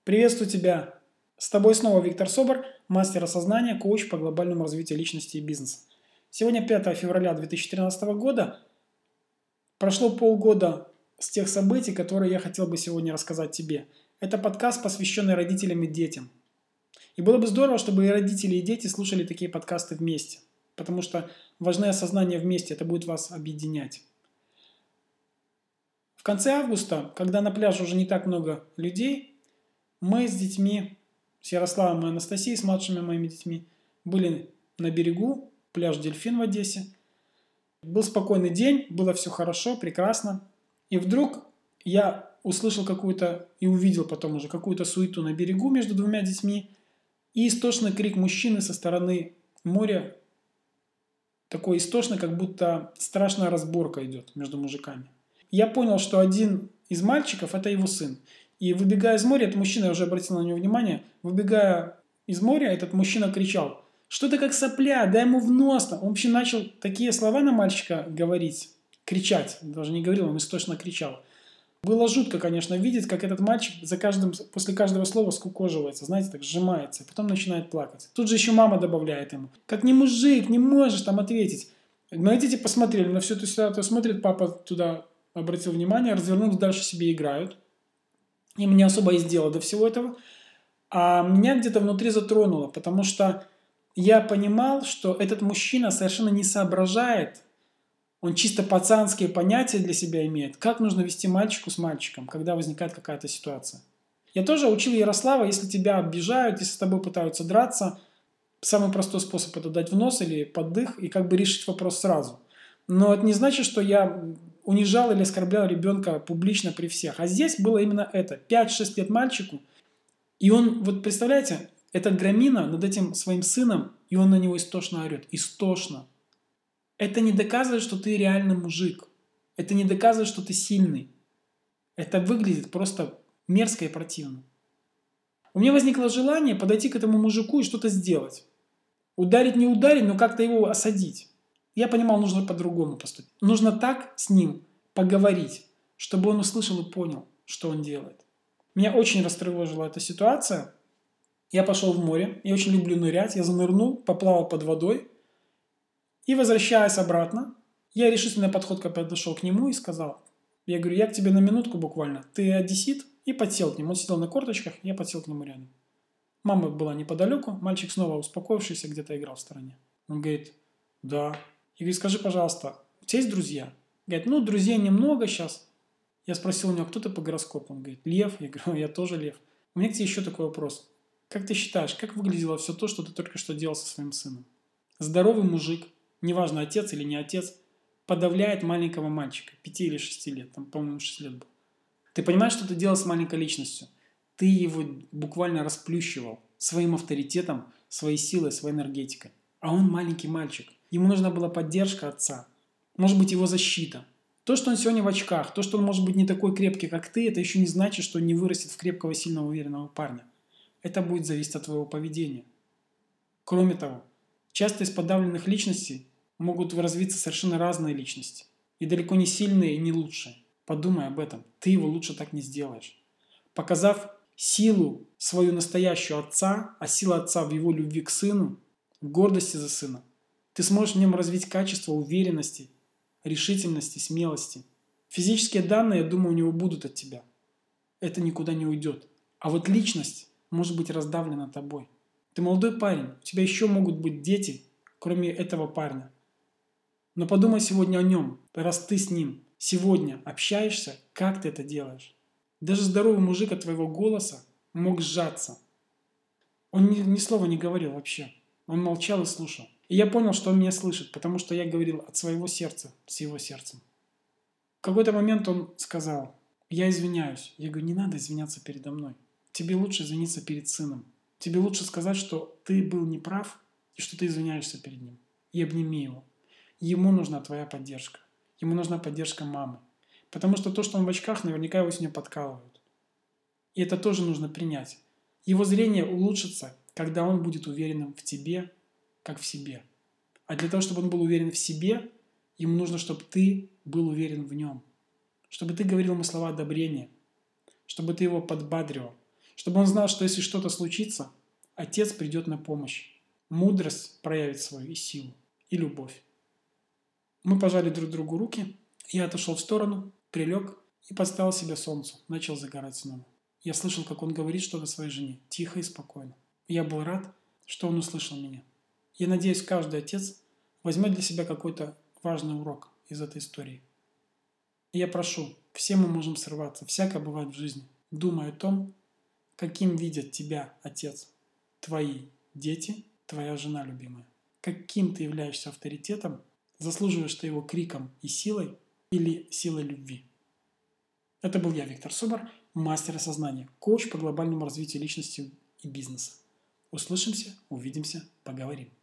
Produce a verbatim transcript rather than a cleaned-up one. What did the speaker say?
Приветствую тебя! С тобой снова Виктор Собор, мастер осознания, коуч по глобальному развитию личности и бизнеса. Сегодня пятое февраля две тысячи тринадцатого года. Прошло полгода с тех событий, которые я хотел бы сегодня рассказать тебе. Это подкаст, посвященный родителям и детям. И было бы здорово, чтобы и родители, и дети слушали такие подкасты вместе, потому что важное осознание вместе, это будет вас объединять. В конце августа, когда на пляже уже не так много людей, мы с детьми, с Ярославом и Анастасией, с младшими моими детьми, были на берегу, пляж «Дельфин» в Одессе. Был спокойный день, было все хорошо, прекрасно. И вдруг я услышал какую-то и увидел потом уже какую-то суету на берегу между двумя детьми и истошный крик мужчины со стороны моря, такой истошный, как будто страшная разборка идет между мужиками. Я понял, что один из мальчиков – это его сын. И выбегая из моря, этот мужчина, я уже обратил на него внимание, выбегая из моря, этот мужчина кричал: «Что ты как сопля, дай ему в нос!» Он вообще начал такие слова на мальчика говорить, кричать. Даже не говорил, он истошно кричал. Было жутко, конечно, видеть, как этот мальчик за каждым, после каждого слова скукоживается, знаете, так сжимается, и потом начинает плакать. Тут же еще мама добавляет ему: «Как не мужик, не можешь там ответить». Мои дети посмотрели на всю эту ситуацию, смотрит, папа туда обратил внимание, развернулся, дальше себе играют. Им не особо есть дело до всего этого. А меня где-то внутри затронуло, потому что я понимал, что этот мужчина совершенно не соображает, он чисто пацанские понятия для себя имеет, как нужно вести мальчику с мальчиком, когда возникает какая-то ситуация. Я тоже учил Ярослава, если тебя обижают, если с тобой пытаются драться, самый простой способ — это дать в нос или под дых и как бы решить вопрос сразу. Но это не значит, что я унижал или оскорблял ребенка публично при всех. А здесь было именно это. пять-шесть лет мальчику. И он, вот представляете, этот громила над этим своим сыном, и он на него истошно орет. Истошно. Это не доказывает, что ты реальный мужик. Это не доказывает, что ты сильный. Это выглядит просто мерзко и противно. У меня возникло желание подойти к этому мужику и что-то сделать. Ударить не ударить, но как-то его осадить. Я понимал, нужно по-другому поступить. Нужно так с ним поговорить, чтобы он услышал и понял, что он делает. Меня очень растревожила эта ситуация. Я пошел в море, я очень люблю нырять, я занырнул, поплавал под водой. И возвращаясь обратно, я решительно подходка подошел к нему и сказал, я говорю: я к тебе на минутку буквально, ты одессит? И подсел к нему. Он сидел на корточках, я подсел к нему рядом. Мама была неподалеку, мальчик снова успокоившийся где-то играл в стороне. Он говорит: да. Я говорю: скажи, пожалуйста, у тебя есть друзья? Говорит: ну, друзей немного сейчас. Я спросил у него: кто ты по гороскопу? Он говорит: лев. Я говорю: я тоже лев. У меня к тебе еще такой вопрос. Как ты считаешь, как выглядело все то, что ты только что делал со своим сыном? Здоровый мужик, неважно, отец или не отец, подавляет маленького мальчика, пяти или шести лет, там, по-моему, шесть лет был. Ты понимаешь, что ты делал с маленькой личностью? Ты его буквально расплющивал своим авторитетом, своей силой, своей энергетикой. А он маленький мальчик. Ему нужна была поддержка отца. Может быть, его защита. То, что он сегодня в очках, то, что он может быть не такой крепкий, как ты, это еще не значит, что он не вырастет в крепкого, сильного, уверенного парня. Это будет зависеть от твоего поведения. Кроме того, часто из подавленных личностей могут развиться совершенно разные личности. И далеко не сильные и не лучшие. Подумай об этом. Ты его лучше так не сделаешь. Показав силу свою настоящую отца, а сила отца в его любви к сыну, в гордости за сына, ты сможешь в нем развить качество уверенности, решительности, смелости. Физические данные, я думаю, у него будут от тебя. Это никуда не уйдет. А вот личность может быть раздавлена тобой. Ты молодой парень, у тебя еще могут быть дети, кроме этого парня. Но подумай сегодня о нем, раз ты с ним сегодня общаешься, как ты это делаешь. Даже здоровый мужик от твоего голоса мог сжаться. Он ни, ни слова не говорил вообще. Он молчал и слушал. И я понял, что он меня слышит, потому что я говорил от своего сердца с его сердцем. В какой-то момент он сказал: я извиняюсь. Я говорю: не надо извиняться передо мной. Тебе лучше извиниться перед сыном. Тебе лучше сказать, что ты был неправ и что ты извиняешься перед ним. И обними его. Ему нужна твоя поддержка. Ему нужна поддержка мамы. Потому что то, что он в очках, наверняка его сегодня подкалывают. И это тоже нужно принять. Его зрение улучшится, когда он будет уверенным в тебе, как в себе. А для того, чтобы он был уверен в себе, ему нужно, чтобы ты был уверен в нем. Чтобы ты говорил ему слова одобрения. Чтобы ты его подбадривал. Чтобы он знал, что если что-то случится, отец придет на помощь. Мудрость проявит свою и силу, и любовь. Мы пожали друг другу руки, я отошел в сторону, прилег и подставил себя солнцу, начал загорать снова. Я слышал, как он говорит что-то своей жене, тихо и спокойно. Я был рад, что он услышал меня. Я надеюсь, каждый отец возьмет для себя какой-то важный урок из этой истории. И я прошу, все мы можем срываться, всякое бывает в жизни. Думай о том, каким видят тебя, отец, твои дети, твоя жена любимая. Каким ты являешься авторитетом, заслуживаешь ты его криком и силой или силой любви. Это был я, Виктор Собор, мастер осознания, коуч по глобальному развитию личности и бизнеса. Услышимся, увидимся, поговорим.